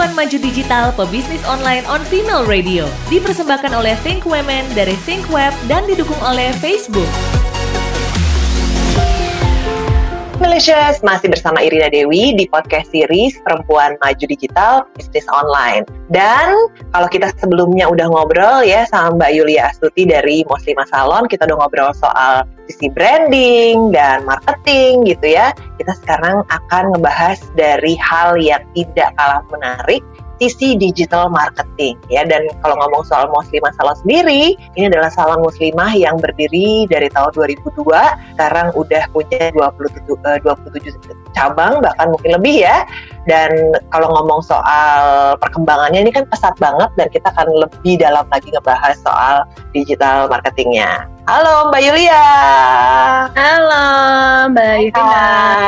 Perempuan Maju Digital Pebisnis Online on Female Radio. Dipersembahkan oleh Think Women dari Think Web dan didukung oleh Facebook. Malicious, masih bersama Irina Dewi di podcast series Perempuan Maju Digital Bisnis Online. Dan kalau kita sebelumnya udah ngobrol ya sama Mbak Yulia Astuti dari Muslimah Salon, kita udah ngobrol soal sisi branding dan marketing gitu ya. Kita sekarang akan ngebahas dari hal yang tidak kalah menarik, sisi digital marketing ya. Dan kalau ngomong soal Muslimah Salon sendiri, ini adalah salon muslimah yang berdiri dari tahun 2002, sekarang udah punya 27 cabang, bahkan mungkin lebih ya. Dan kalau ngomong soal perkembangannya ini kan pesat banget, dan kita akan lebih dalam lagi ngebahas soal digital marketingnya. Halo Mbak Yulia. Halo Mbak Irina.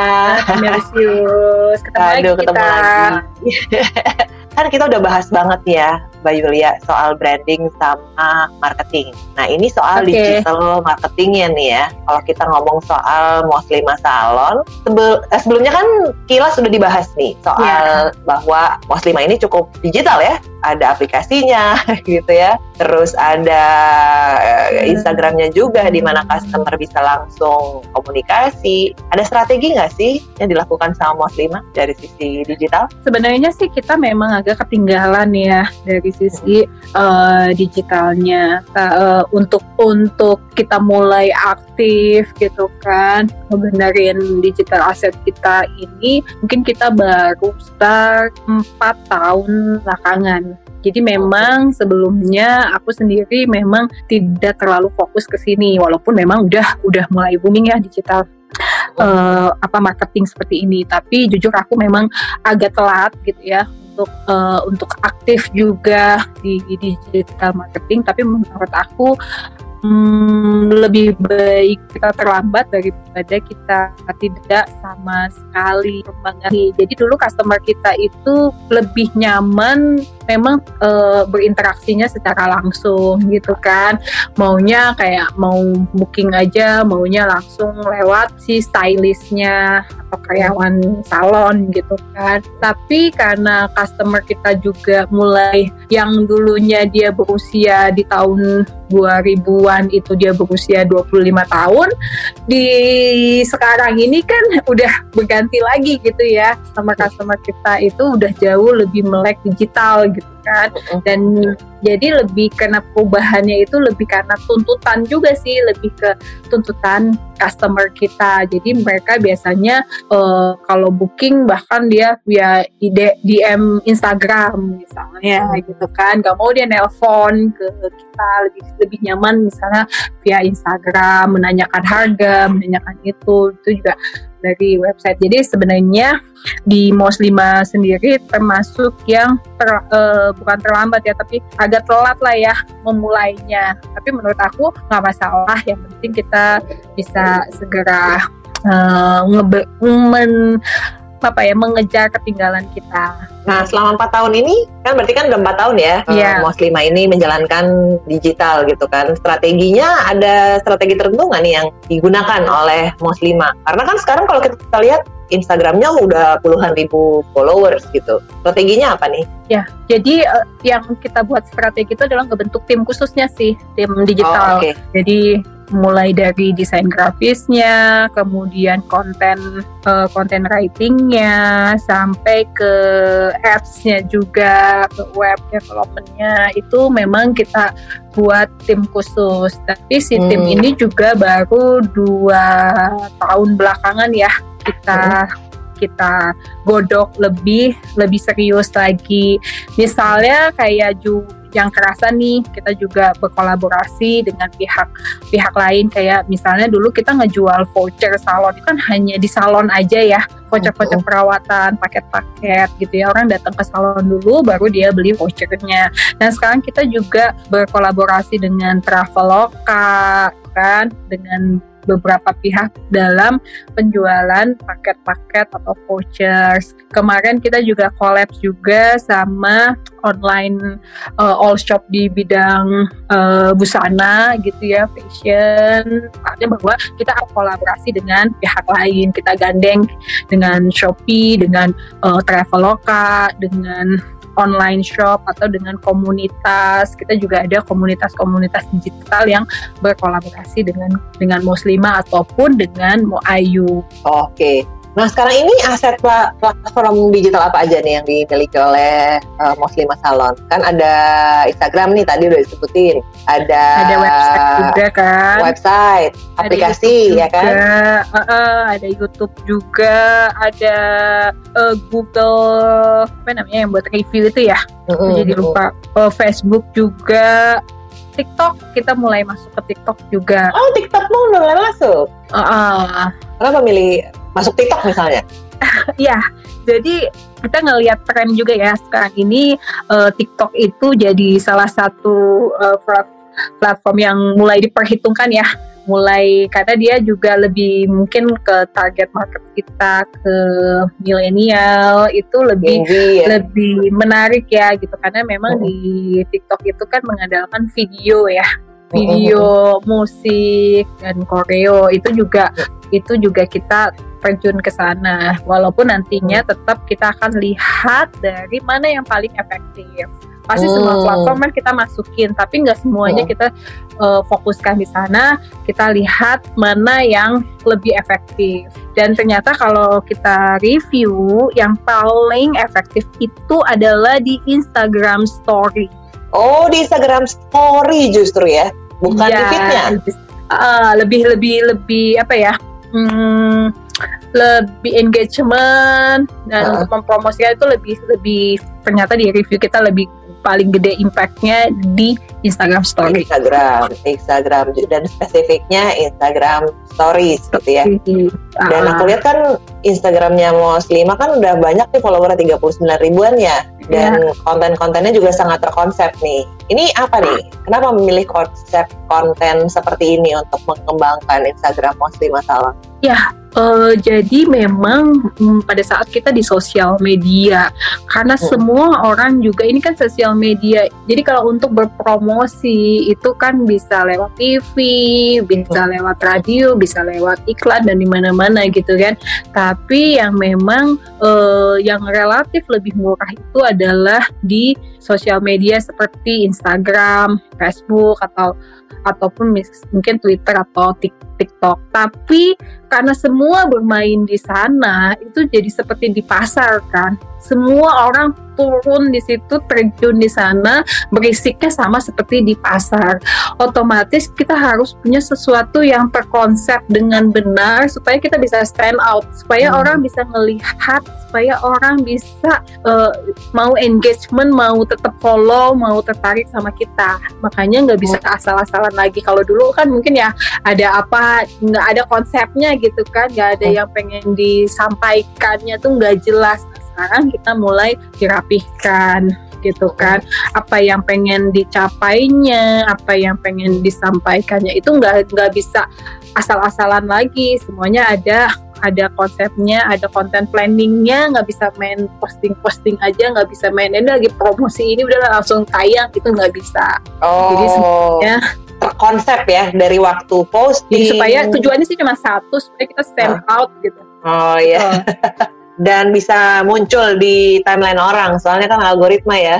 Melisius. Ketemu lagi. Kan kita udah bahas banget ya Mbak Yulia soal branding sama marketing. Nah ini soal digital marketingnya nih ya. Kalau kita ngomong soal Muslimah Salon, sebelumnya kan kilas sudah dibahas nih soal bahwa Muslimah ini cukup digital ya. Ada aplikasinya gitu ya. Terus ada Instagramnya juga di mana customer bisa langsung komunikasi. Ada strategi nggak sih yang dilakukan sama Muslimah dari sisi digital? Sebenarnya sih kita memang agak ketinggalan ya dari sisi digitalnya. Untuk kita mulai aktif gitu kan, ngebenerin digital asset kita ini, mungkin kita baru start 4 tahun belakangan. Jadi memang sebelumnya aku sendiri memang tidak terlalu fokus ke sini, walaupun memang udah mulai booming ya digital marketing seperti ini. Tapi jujur aku memang agak telat gitu ya untuk aktif juga di digital marketing. Tapi menurut aku lebih baik kita terlambat daripada kita tidak sama sekali perkembangan. Jadi dulu customer kita itu lebih nyaman memang berinteraksinya secara langsung gitu kan. Maunya kayak mau booking aja, maunya langsung lewat si stylistnya atau karyawan salon gitu kan. Tapi karena customer kita juga mulai yang dulunya dia berusia di tahun 2000-an itu dia berusia 25 tahun, di sekarang ini kan udah berganti lagi gitu ya. Customer kita itu udah jauh lebih melek digital gitu kan. Dan jadi lebih karena perubahannya itu lebih karena tuntutan juga sih, lebih ke tuntutan customer kita. Jadi mereka biasanya kalau booking bahkan dia via DM Instagram misalnya gitu kan, gak mau dia nelpon ke kita, lebih nyaman misalnya via Instagram, menanyakan harga, menanyakan itu juga dari website. Jadi sebenarnya di Muslimah sendiri termasuk yang bukan terlambat ya, tapi agak telat lah ya memulainya. Tapi menurut aku nggak masalah, yang penting kita bisa segera mengejar ketinggalan kita. Nah, selama 4 tahun ini, kan berarti kan udah 4 tahun ya, Muslimah ini menjalankan digital gitu kan. Strateginya, ada strategi tertentu nggak nih yang digunakan oleh Muslimah? Karena kan sekarang kalau kita lihat Instagramnya udah puluhan ribu followers gitu. Strateginya apa nih? Ya, jadi yang kita buat strategi itu adalah ngebentuk tim khususnya sih, tim digital. Jadi mulai dari desain grafisnya, kemudian konten writingnya, sampai ke apps-nya juga, ke web development-nya, itu memang kita buat tim khusus. Tapi si tim ini juga baru 2 tahun belakangan ya kita godok lebih serius lagi. Misalnya kayak yang kerasa nih, kita juga berkolaborasi dengan pihak lain. Kayak misalnya dulu kita ngejual voucher salon, itu kan hanya di salon aja ya, voucher perawatan, paket-paket gitu ya. Orang datang ke salon dulu baru dia beli vouchernya. Dan sekarang kita juga berkolaborasi dengan Traveloka kan, dengan beberapa pihak dalam penjualan paket-paket atau vouchers. Kemarin kita juga collab juga sama online all shop di bidang busana gitu ya, fashion. Artinya bahwa kita kolaborasi dengan pihak lain, kita gandeng dengan Shopee, dengan Traveloka, dengan online shop atau dengan komunitas. Kita juga ada komunitas-komunitas digital yang berkolaborasi dengan Muslimah ataupun dengan Muayu. Oke. Nah, sekarang ini aset platform digital apa aja nih yang dimiliki oleh Muslimah Salon? Kan ada Instagram nih, tadi udah disebutin. Ada website juga kan. Website, aplikasi ya kan? Ada YouTube juga, ada Google, apa namanya yang buat review itu ya? Jadi lupa. Facebook juga. TikTok, kita mulai masuk ke TikTok juga. Oh, TikTok mau mulai masuk? Kenapa milih masuk TikTok misalnya? Ya, jadi kita ngelihat tren juga ya sekarang ini TikTok itu jadi salah satu platform yang mulai diperhitungkan ya. Mulai karena dia juga lebih mungkin ke target market kita, ke milenial itu lebih menarik ya gitu, karena memang di TikTok itu kan mengandalkan video ya, video, musik dan koreo itu juga kita terjun ke sana, walaupun nantinya tetap kita akan lihat dari mana yang paling efektif. Pasti semua platform kan kita masukin, tapi nggak semuanya kita fokuskan di sana. Kita lihat mana yang lebih efektif. Dan ternyata kalau kita review, yang paling efektif itu adalah di Instagram Story. Oh, di Instagram Story justru ya, bukan di feed-nya. Lebih apa ya? Lebih engagement dan mempromosikan itu lebih ternyata di review kita lebih paling gede impact-nya di Instagram Story. Instagram dan spesifiknya Instagram Stories gitu ya. Dan aku lihat kan Instagramnya Muslimah kan udah banyak nih followernya 39 ribuan ya. Dan konten-kontennya juga sangat terkonsep nih. Ini apa nih? Kenapa memilih konsep konten seperti ini untuk mengembangkan Instagram Muslimah Salon? Ya, jadi memang pada saat kita di sosial media, karena semua orang juga ini kan sosial media. Jadi kalau untuk berpromosi itu kan bisa lewat TV, bisa lewat radio, bisa lewat iklan dan di mana-mana gitu kan. Tapi yang memang yang relatif lebih murah itu adalah di sosial media seperti Instagram, Facebook ataupun mungkin Twitter atau TikTok. Tapi karena semua bermain di sana, itu jadi seperti di pasar kan. Semua orang turun di situ, terjun di sana, berisiknya sama seperti di pasar. Otomatis kita harus punya sesuatu yang terkonsep dengan benar supaya kita bisa stand out, supaya orang bisa melihat, supaya orang bisa mau engagement, mau tetap follow, mau tertarik sama kita. Makanya nggak bisa asal-asalan lagi. Kalau dulu kan mungkin ya ada apa, nggak ada konsepnya gitu kan, nggak ada yang pengen disampaikannya tuh nggak jelas. Sekarang kita mulai dirapihkan gitu kan, apa yang pengen dicapainya, apa yang pengen disampaikannya itu nggak bisa asal-asalan lagi. Semuanya ada konsepnya, ada content planningnya, nggak bisa main posting aja, nggak bisa main ini lagi promosi ini udah langsung tayang, itu nggak bisa. Jadi semuanya terkonsep ya dari waktu posting. Jadi supaya tujuannya sih cuma satu, supaya kita stand out gitu. Oh iya. Dan bisa muncul di timeline orang, soalnya kan algoritma ya.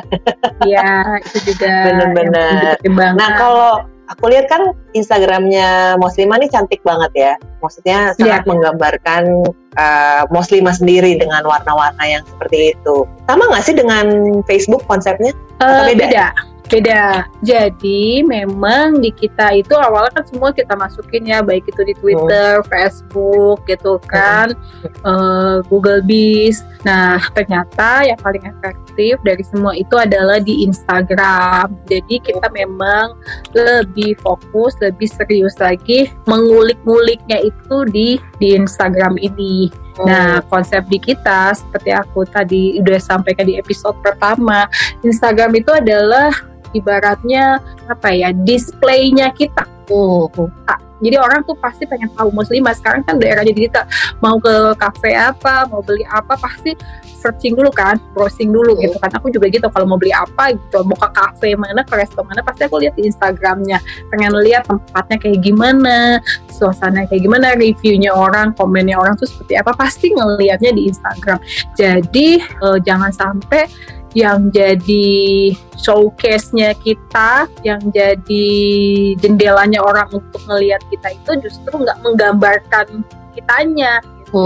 Iya, itu juga. Benar-benar. Nah, kalau aku lihat kan Instagramnya Muslimah nih cantik banget ya. Maksudnya sangat menggambarkan Muslimah sendiri dengan warna-warna yang seperti itu. Sama nggak sih dengan Facebook konsepnya? Atau beda? Beda. Jadi memang di kita itu awalnya kan semua kita masukin ya, baik itu di Twitter, Facebook gitu kan, Google Biz. Nah ternyata yang paling efektif dari semua itu adalah di Instagram. Jadi kita memang lebih fokus, lebih serius lagi mengulik-nguliknya itu di Instagram ini. Nah, konsep di kita seperti aku tadi udah sampaikan di episode pertama, Instagram itu adalah ibaratnya apa ya, displaynya kita. Jadi orang tuh pasti pengen tahu Muslimah. Sekarang kan daerahnya kita mau ke kafe apa, mau beli apa, pasti searching dulu kan, browsing dulu gitu kan. Aku juga gitu, kalau mau beli apa gitu, mau ke kafe mana, ke resto mana, pasti aku lihat di Instagramnya. Pengen lihat tempatnya kayak gimana, suasana kayak gimana, reviewnya orang, komennya orang tuh seperti apa, pasti ngelihatnya di Instagram. Jadi jangan sampai yang jadi showcase-nya kita, yang jadi jendelanya orang untuk ngelihat kita itu justru nggak menggambarkan kitanya.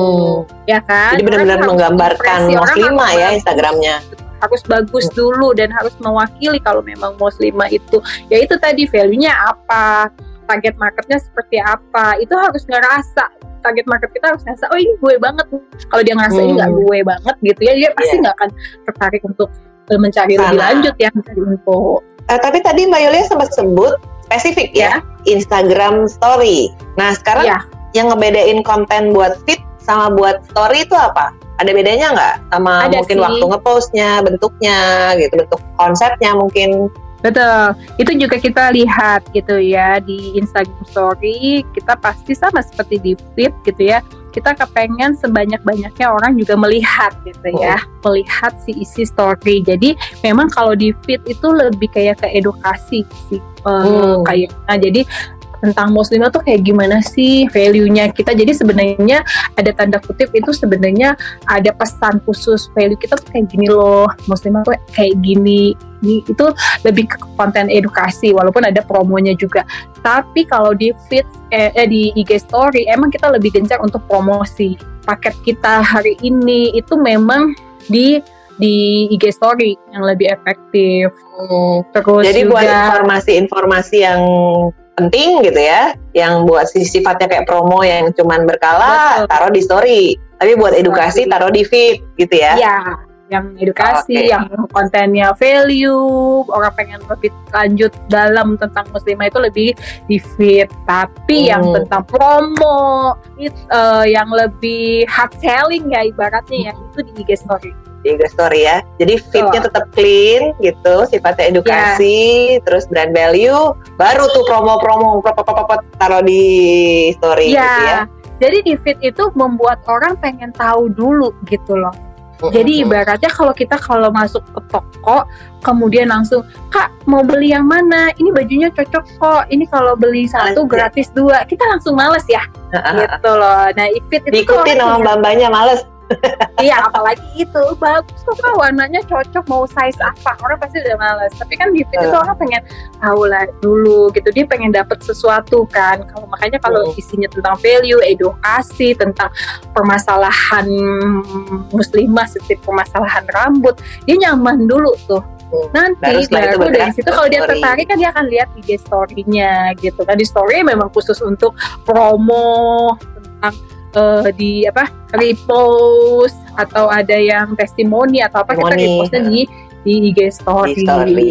Ya kan? Jadi benar-benar menggambarkan muslimah ya Instagramnya. Harus bagus dulu dan harus mewakili kalau memang muslimah itu. Ya itu tadi value-nya apa, target marketnya seperti apa, itu harus ngerasa. Target market kita harus ngerasa, oh ini gue banget. Kalau dia ngerasa ini nggak gue banget gitu ya, dia pasti nggak akan tertarik untuk mencari lebih lanjut ya, mencari info. Tapi tadi Mbak Yulia sempat sebut spesifik ya, Instagram Story. Nah sekarang yang ngebedain konten buat feed sama buat story itu apa? Ada bedanya nggak? Sama ada mungkin sih. Waktu ngepostnya, bentuknya gitu, bentuk konsepnya mungkin. Betul, itu juga kita lihat gitu ya di Instagram Story, kita pasti sama seperti di feed gitu ya, kita kepengen sebanyak-banyaknya orang juga melihat gitu ya, melihat si isi story. Jadi memang kalau di feed itu lebih kayak ke edukasi sih, kayak, nah jadi tentang muslimah tuh kayak gimana sih value-nya kita. Jadi sebenarnya ada tanda kutip itu sebenarnya ada pesan khusus, value kita tuh kayak gini loh, muslimah tuh kayak gini. Itu lebih ke konten edukasi walaupun ada promonya juga. Tapi kalau di feed di IG story emang kita lebih gencar untuk promosi. Paket kita hari ini itu memang di IG story yang lebih efektif. Terus jadi juga, buat informasi-informasi yang penting gitu ya, yang buat sifatnya kayak promo yang cuman berkala, taruh di story. Tapi buat edukasi taruh di feed gitu ya. Iya, yang edukasi, yang kontennya value, orang pengen lebih lanjut dalam tentang muslimah itu lebih di feed. Tapi yang tentang promo, yang lebih hard selling ya ibaratnya, yang itu di IG story. Di IG story ya, jadi feednya tetap clean gitu, sifatnya edukasi, terus brand value, baru tuh promo-promo taruh di story gitu ya. Jadi di feed itu membuat orang pengen tahu dulu gitu loh. Jadi ibaratnya kalau masuk ke toko, kemudian langsung, Kak mau beli yang mana? Ini bajunya cocok kok. Ini kalau beli satu gratis dua, kita langsung males ya, gitu loh. Nah feed itu diikutin sama mbak-mbaknya males. Iya, apalagi itu bagus kok Kak, warnanya cocok, mau size apa, orang pasti udah males. Tapi kan di feed itu orang pengen tahu lah dulu gitu, dia pengen dapet sesuatu kan. Makanya kalau isinya tentang value, edukasi tentang permasalahan muslimah, seperti permasalahan rambut, dia nyaman dulu tuh. Nanti baru dari situ kalau dia tertarik kan dia akan lihat IG story-nya gitu kan. Di story memang khusus untuk promo tentang di repost atau ada yang testimoni atau apa, kita repostnya di IG story.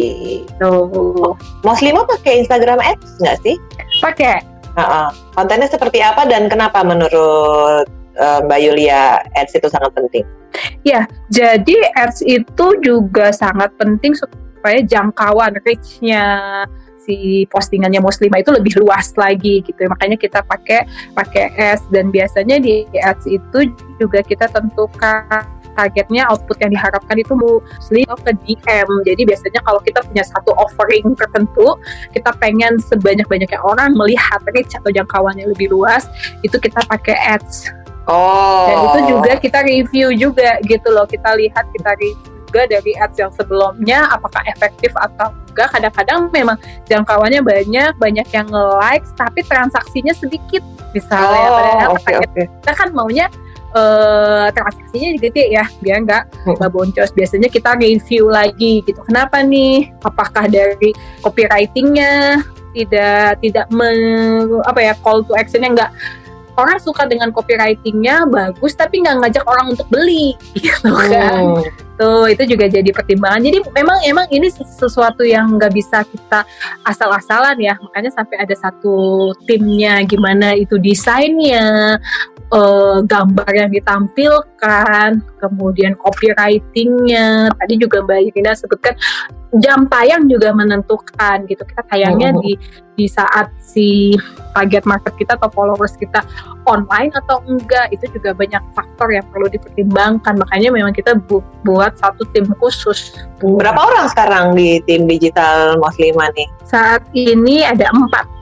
Tuh. Muslimah pakai Instagram Ads nggak sih? Pakai. Kontennya seperti apa dan kenapa menurut Mbak Yulia Ads itu sangat penting? Ya, jadi Ads itu juga sangat penting supaya jangkauan reach-nya si postingannya muslimah itu lebih luas lagi gitu. Makanya kita pakai ads, dan biasanya di ads itu juga kita tentukan targetnya, output yang diharapkan itu muslim ke DM. Jadi biasanya kalau kita punya satu offering tertentu, kita pengen sebanyak-banyaknya orang melihat reach atau jangkauannya lebih luas, itu kita pakai ads. Dan itu juga kita review juga gitu loh. Kita lihat, kita review juga dari ads yang sebelumnya apakah efektif atau enggak. Kadang-kadang memang jangkauannya banyak yang nge-like tapi transaksinya sedikit misalnya. Padahal kita kan maunya transaksinya gede ya, biar nggak boncos. Biasanya kita review lagi gitu, kenapa nih, apakah dari copywritingnya tidak call to actionnya nggak, orang suka dengan copywritingnya bagus tapi nggak ngajak orang untuk beli gitu kan. Tuh, itu juga jadi pertimbangan. Jadi memang ini sesuatu yang nggak bisa kita asal-asalan ya. Makanya sampai ada satu timnya, gimana itu desainnya, gambar yang ditampilkan, kemudian copywritingnya. Tadi juga Mbak Irina sebutkan jam tayang juga menentukan gitu. Kita tayangnya di saat si target market kita atau followers kita online atau enggak, itu juga banyak faktor yang perlu dipertimbangkan. Makanya memang kita buat satu tim khusus. Berapa orang sekarang di tim digital muslimah nih? Saat ini ada 4.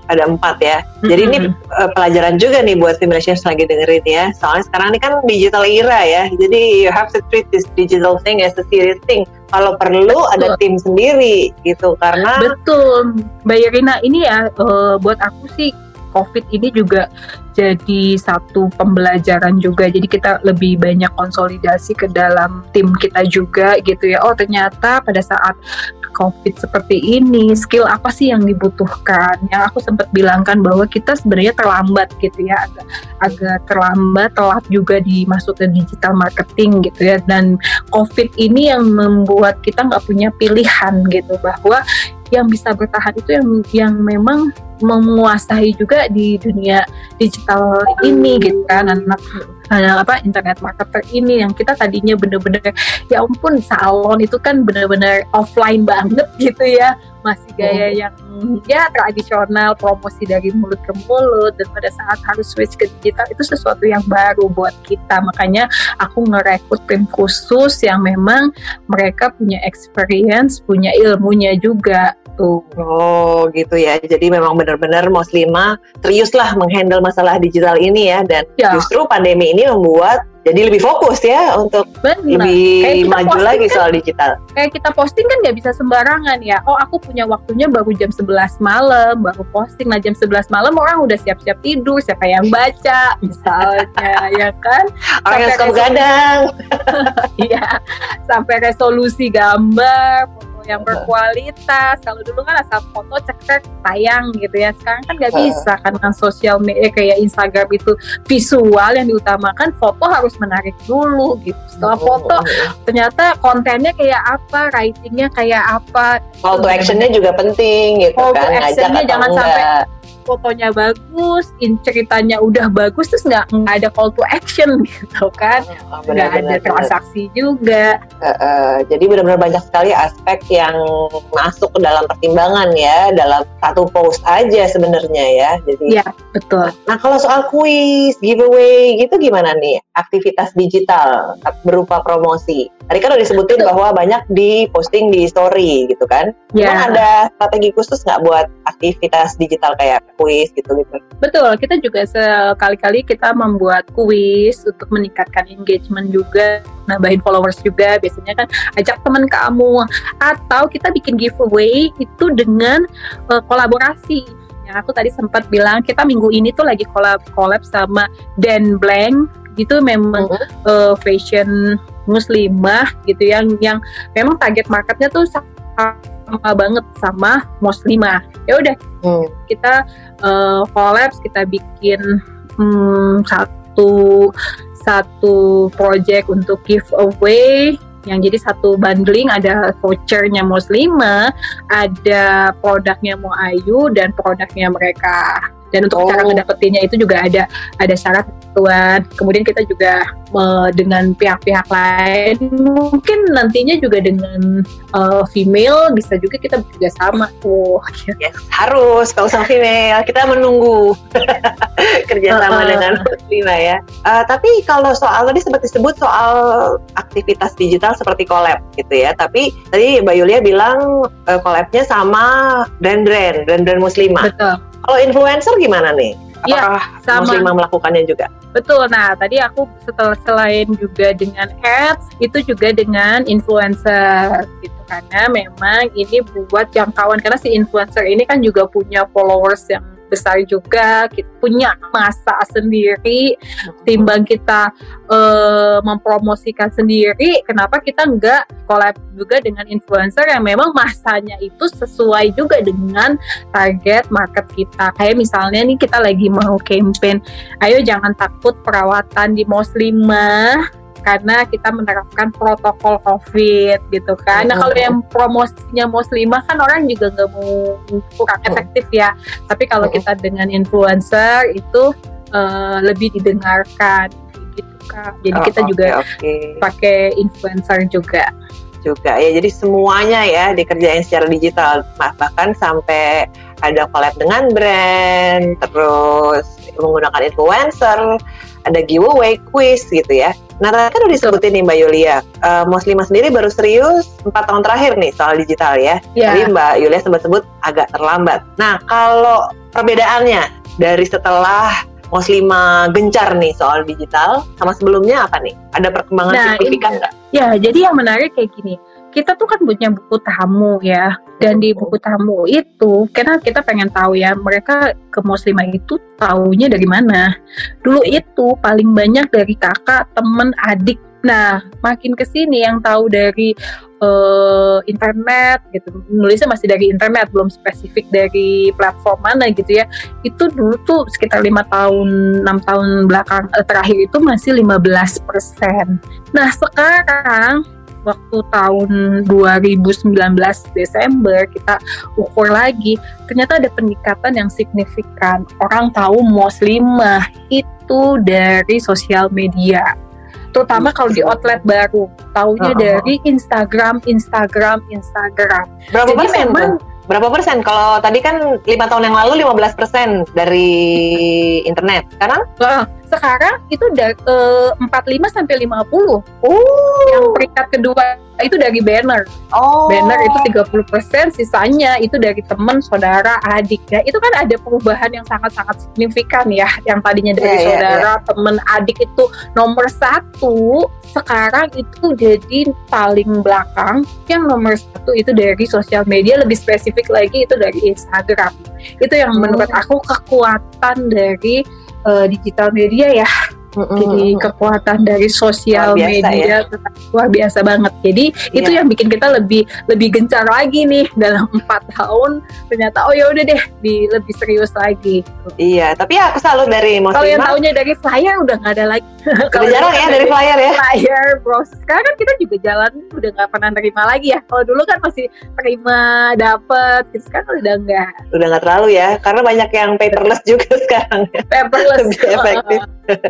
ada 4 ya. Jadi ini pelajaran juga nih buat Femilicious lagi dengerin ya. Soalnya sekarang ini kan digital era ya. Jadi you have to treat this digital thing as a serious thing. Kalau perlu ada tim sendiri gitu karena betul Mbak Irina, ini ya buat aku sih COVID ini juga jadi satu pembelajaran juga. Jadi kita lebih banyak konsolidasi ke dalam tim kita juga gitu ya. Oh ternyata pada saat COVID seperti ini, skill apa sih yang dibutuhkan? Yang aku sempat bilangkan bahwa kita sebenarnya terlambat gitu ya, agak terlambat, telat juga dimasuk ke digital marketing gitu ya. Dan COVID ini yang membuat kita nggak punya pilihan gitu, bahwa yang bisa bertahan itu yang memang menguasai juga di dunia digital ini gitu kan, internet marketer ini yang kita tadinya bener-bener ya ampun salon itu kan bener-bener offline banget gitu ya, masih gaya yang ya tradisional, promosi dari mulut ke mulut, dan pada saat harus switch ke digital itu sesuatu yang baru buat kita. Makanya aku ngerekrut tim khusus yang memang mereka punya experience, punya ilmunya juga tuh. Oh gitu ya, jadi memang benar-benar Muslimah serius lah menghandle masalah digital ini ya, dan justru pandemi ini membuat jadi lebih fokus ya untuk lebih maju lagi kan, soal digital. Kayak kita posting kan nggak bisa sembarangan ya. Oh aku punya waktunya baru jam 11 malam baru posting. Nah jam 11 malam orang udah siap-siap tidur, siapa yang baca misalnya ya kan. Orang yang suka begadang. Iya, sampai resolusi gambar, foto yang berkualitas. Kalau dulu kan asal foto cek tayang gitu ya. Sekarang kan nggak bisa karena sosial media kayak Instagram itu visual yang diutamakan, foto harus menarik dulu gitu. Setelah foto ternyata kontennya kayak apa, writingnya kayak apa, call to actionnya juga penting gitu kan. Call to actionnya jangan sampai fotonya bagus, ceritanya udah bagus terus nggak ada call to action gitu kan, nggak ada transaksi juga. Jadi benar-benar banyak sekali aspek yang masuk ke dalam pertimbangan ya dalam satu post aja sebenarnya ya. Jadi ya betul. Nah kalau soal kuis, giveaway gitu gimana nih aktivitas digital berupa promosi? Tadi kan udah disebutin bahwa banyak diposting di story gitu kan. Emang ada strategi khusus nggak buat aktivitas digital kayak kuis gitu-gitu? Betul, kita juga sekali-kali kita membuat kuis untuk meningkatkan engagement juga, nambahin followers juga. Biasanya kan ajak teman kamu, atau kita bikin giveaway itu dengan kolaborasi. Yang aku tadi sempat bilang, kita minggu ini tuh lagi collab sama Dan Blank, itu memang fashion muslimah gitu yang memang target marketnya tuh sama banget sama muslimah. Ya udah kita collab, kita bikin satu project untuk giveaway yang jadi satu bundling, ada vouchernya muslimah, ada produknya Muayu dan produknya mereka. Dan untuk cara ngedapetinnya itu juga ada syarat tuan. Kemudian kita juga dengan pihak-pihak lain, mungkin nantinya juga dengan female bisa juga kita bekerja sama tuh. Yes, harus kalau sama female kita menunggu kerjasama dengan muslimah ya. Tapi kalau soal tadi sempat disebut soal aktivitas digital seperti collab gitu ya. Tapi tadi Mbak Yulia bilang collabnya sama brand-brand muslimah. Betul. Kalau influencer gimana nih? Apakah muslimah melakukannya juga? Betul. Nah, tadi aku selain juga dengan ads, itu juga dengan influencer gitu. Karena memang ini buat jangkauan, karena si influencer ini kan juga punya followers yang besar juga, kita punya masa sendiri, timbang kita mempromosikan sendiri, kenapa kita nggak collab juga dengan influencer yang memang masanya itu sesuai juga dengan target market kita. Kayak misalnya nih kita lagi mau campaign, ayo jangan takut perawatan di muslimah karena kita menerapkan protokol COVID gitu kan. Nah kalau yang promosinya muslimah kan orang juga nggak mau kurang efektif ya. Tapi kalau kita dengan influencer itu lebih didengarkan gitu kan. Jadi kita juga pakai influencer juga ya. Jadi semuanya ya dikerjain secara digital, bahkan sampai ada collab dengan brand, terus menggunakan influencer, ada giveaway, quiz gitu ya. Nah, tadi kan udah disebutin nih Mbak Yulia, Muslimah sendiri baru serius 4 tahun terakhir nih soal digital ya. Tapi Mbak Yulia sebut agak terlambat. Nah, kalau perbedaannya dari setelah Muslimah gencar nih soal digital sama sebelumnya apa nih? Ada perkembangan signifikan nggak? Ya, jadi yang menarik kayak gini. Kita tuh kan punya buku tamu ya, dan di buku tamu itu karena kita pengen tahu ya mereka ke Muslimah itu taunya dari mana. Dulu itu paling banyak dari kakak, temen, adik. Nah, makin kesini yang tahu dari internet gitu, nulisnya masih dari internet, belum spesifik dari platform mana gitu ya. Itu dulu tuh sekitar 6 tahun belakang terakhir itu masih 15%. Nah, sekarang waktu tahun 2019 Desember kita ukur lagi, ternyata ada peningkatan yang signifikan. Orang tahu Muslimah itu dari sosial media, terutama kalau di outlet baru, taunya dari Instagram. Berapa persen memang tuh? Berapa persen? Kalau tadi kan 5 tahun yang lalu 15% dari internet. Sekarang itu udah 45-50. Yang peringkat kedua itu dari banner. Banner itu 30%, sisanya itu dari teman, saudara, adik. Ya, itu kan ada perubahan yang sangat-sangat signifikan ya. Yang tadinya dari saudara, teman, adik itu nomor 1, sekarang itu jadi paling belakang. Yang nomor 1 itu dari sosial media, lebih spesifik lagi itu dari Instagram. Itu yang menurut aku kekuatan dari digital media ya. Jadi kekuatan dari sosial media luar biasa banget. Jadi itu yang bikin kita lebih gencar lagi nih dalam 4 tahun. Ternyata ya udah deh lebih serius lagi. Iya, tapi aku salut dari Muslimah. Kalau yang taunya dari flyer udah nggak ada lagi. Kalau jarang ya dari flyer ya. Flyer, bros. Sekarang kan kita juga jalan udah nggak pernah nerima lagi ya. Kalau dulu kan masih terima, dapet. Sekarang udah nggak. Udah nggak terlalu ya, karena banyak yang paperless juga sekarang. Paperless. Lebih efektif.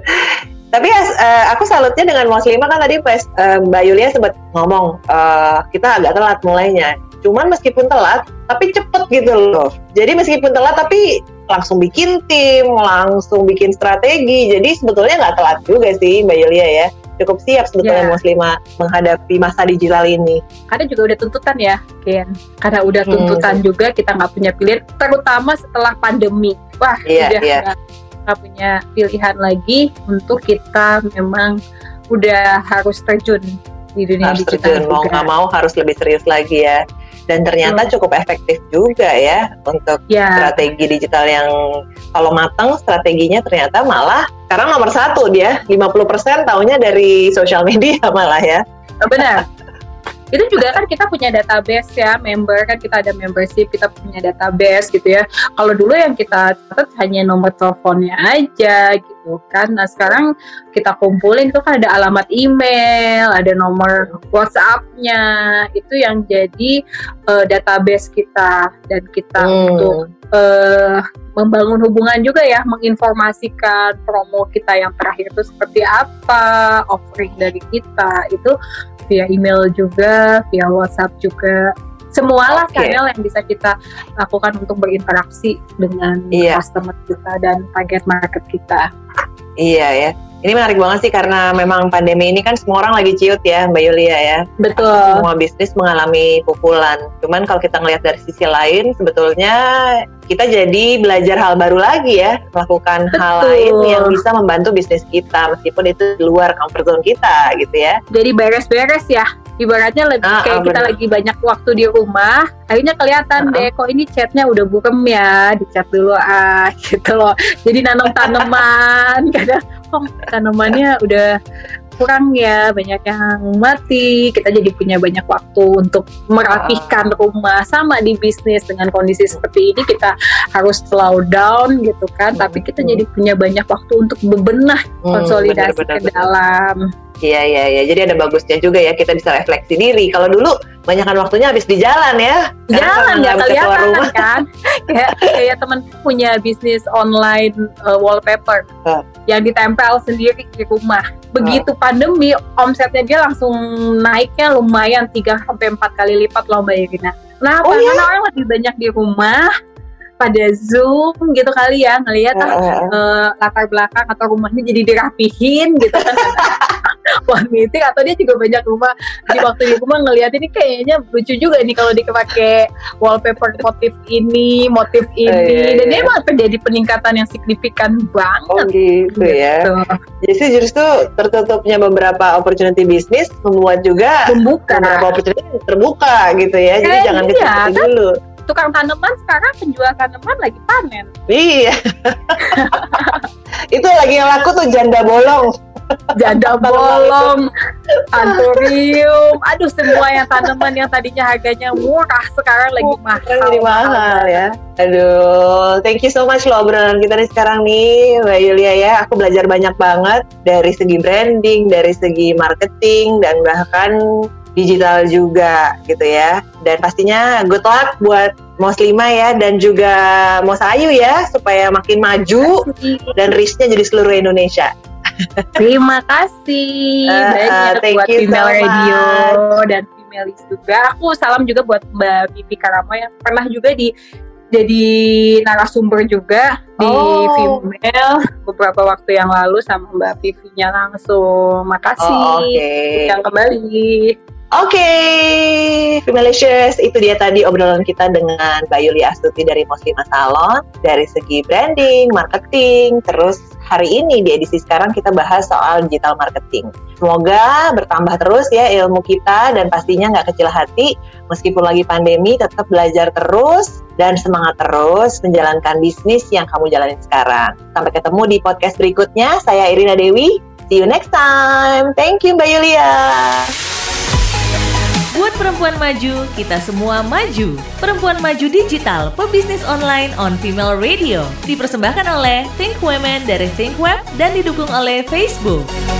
Tapi aku salutnya dengan Muslimah kan tadi Mbak Yulia sempat ngomong kita agak telat mulainya. Cuman meskipun telat, tapi cepet gitu loh. Jadi meskipun telat tapi langsung bikin tim, langsung bikin strategi. Jadi sebetulnya nggak telat juga sih Mbak Yulia ya. Cukup siap sebetulnya Muslimah menghadapi masa digital ini. Karena juga udah tuntutan ya, Ken. Karena udah tuntutan juga, kita nggak punya pilihan. Terutama setelah pandemi. Wah, udah nggak punya pilihan lagi untuk kita memang udah harus terjun di dunia digital. Mau nggak mau harus lebih serius lagi ya. Dan ternyata cukup efektif juga ya untuk strategi digital yang kalau matang strateginya ternyata malah sekarang nomor 1 dia 50% taunya dari sosial media malah ya. Benar. Itu juga kan kita punya database ya, member kan kita ada membership, kita punya database gitu ya. Kalau dulu yang kita catat hanya nomor teleponnya aja gitu kan. Nah sekarang kita kumpulin itu kan ada alamat email, ada nomor WhatsApp-nya, itu yang jadi database kita. Dan kita untuk membangun hubungan juga ya, menginformasikan promo kita yang terakhir itu seperti apa, offering dari kita itu via email juga, via WhatsApp juga. Semualah channel yang bisa kita lakukan untuk berinteraksi dengan customer kita dan target market kita. Iya ya. Ini menarik banget sih karena memang pandemi ini kan semua orang lagi ciut ya Mbak Yulia ya. Betul. Semua bisnis mengalami pukulan. Cuman kalau kita ngelihat dari sisi lain sebetulnya kita jadi belajar hal baru lagi ya. Melakukan hal lain yang bisa membantu bisnis kita meskipun itu di luar comfort zone kita gitu ya. Jadi beres-beres ya. Ibaratnya lebih kayak kita lagi banyak waktu di rumah, akhirnya kelihatan deh kok ini chatnya udah bukem ya, dicat dulu gitu loh. Jadi nanam tanaman, kadang tanamannya udah kurang ya, banyak yang mati. Kita jadi punya banyak waktu untuk merapihkan rumah. Sama di bisnis dengan kondisi seperti ini kita harus slow down gitu kan, tapi kita jadi punya banyak waktu untuk bebenah konsolidasi ke dalam. Iya. Jadi ada bagusnya juga ya, kita bisa refleksi diri. Kalau dulu banyakan waktunya habis di jalan ya. Jalan nggak kelihatan kan. Kayak teman punya bisnis online wallpaper yang ditempel sendiri di rumah. Begitu pandemi, omsetnya dia langsung naiknya lumayan 3-4 kali lipat loh Mbak Irina. Kenapa? Karena orang lebih banyak di rumah, pada Zoom gitu kali ya, ngelihat latar belakang atau rumahnya jadi dirapihin gitu kan. phone meeting, atau dia juga banyak di waktu di rumah ngelihat ini kayaknya lucu juga nih kalau dipakai wallpaper motif ini, dan dia emang terjadi peningkatan yang signifikan banget. Gitu ya. Jadi justru tertutupnya beberapa opportunity bisnis membuat juga beberapa opportunity terbuka gitu ya. Jadi jangan kecil-kecil dulu. Tukang tanaman sekarang penjual tanaman lagi panen. Iya. Itu lagi yang laku tuh janda bolong, antorium. Aduh, semua yang tanaman yang tadinya harganya murah sekarang lagi mahal ya. Aduh, thank you so much loh obrolan kita nih sekarang nih Mbak Yulia ya. Aku belajar banyak banget dari segi branding, dari segi marketing, dan bahkan digital juga gitu ya. Dan pastinya good luck buat Moslima ya, dan juga Mos Ayu ya, supaya makin maju dan reach-nya jadi seluruh Indonesia. Terima kasih banyak buat Female Radio dan Femaleist juga. Aku salam juga buat Mbak Vivi Karamo yang pernah juga jadi narasumber juga di Female beberapa waktu yang lalu sama Mbak Vivinya langsung. Makasih yang kembali. Femalicious, itu dia tadi obrolan kita dengan Mbak Yulia Astuti dari Moslima Salon dari segi branding, marketing. Terus hari ini di edisi sekarang kita bahas soal digital marketing. Semoga bertambah terus ya ilmu kita, dan pastinya nggak kecil hati meskipun lagi pandemi, tetap belajar terus dan semangat terus menjalankan bisnis yang kamu jalanin sekarang. Sampai ketemu di podcast berikutnya. Saya Irina Dewi. See you next time. Thank you Mbak Yulia. Buat perempuan maju, kita semua maju. Perempuan Maju Digital, pebisnis online on Female Radio. Dipersembahkan oleh Think Women dari Think Web dan didukung oleh Facebook.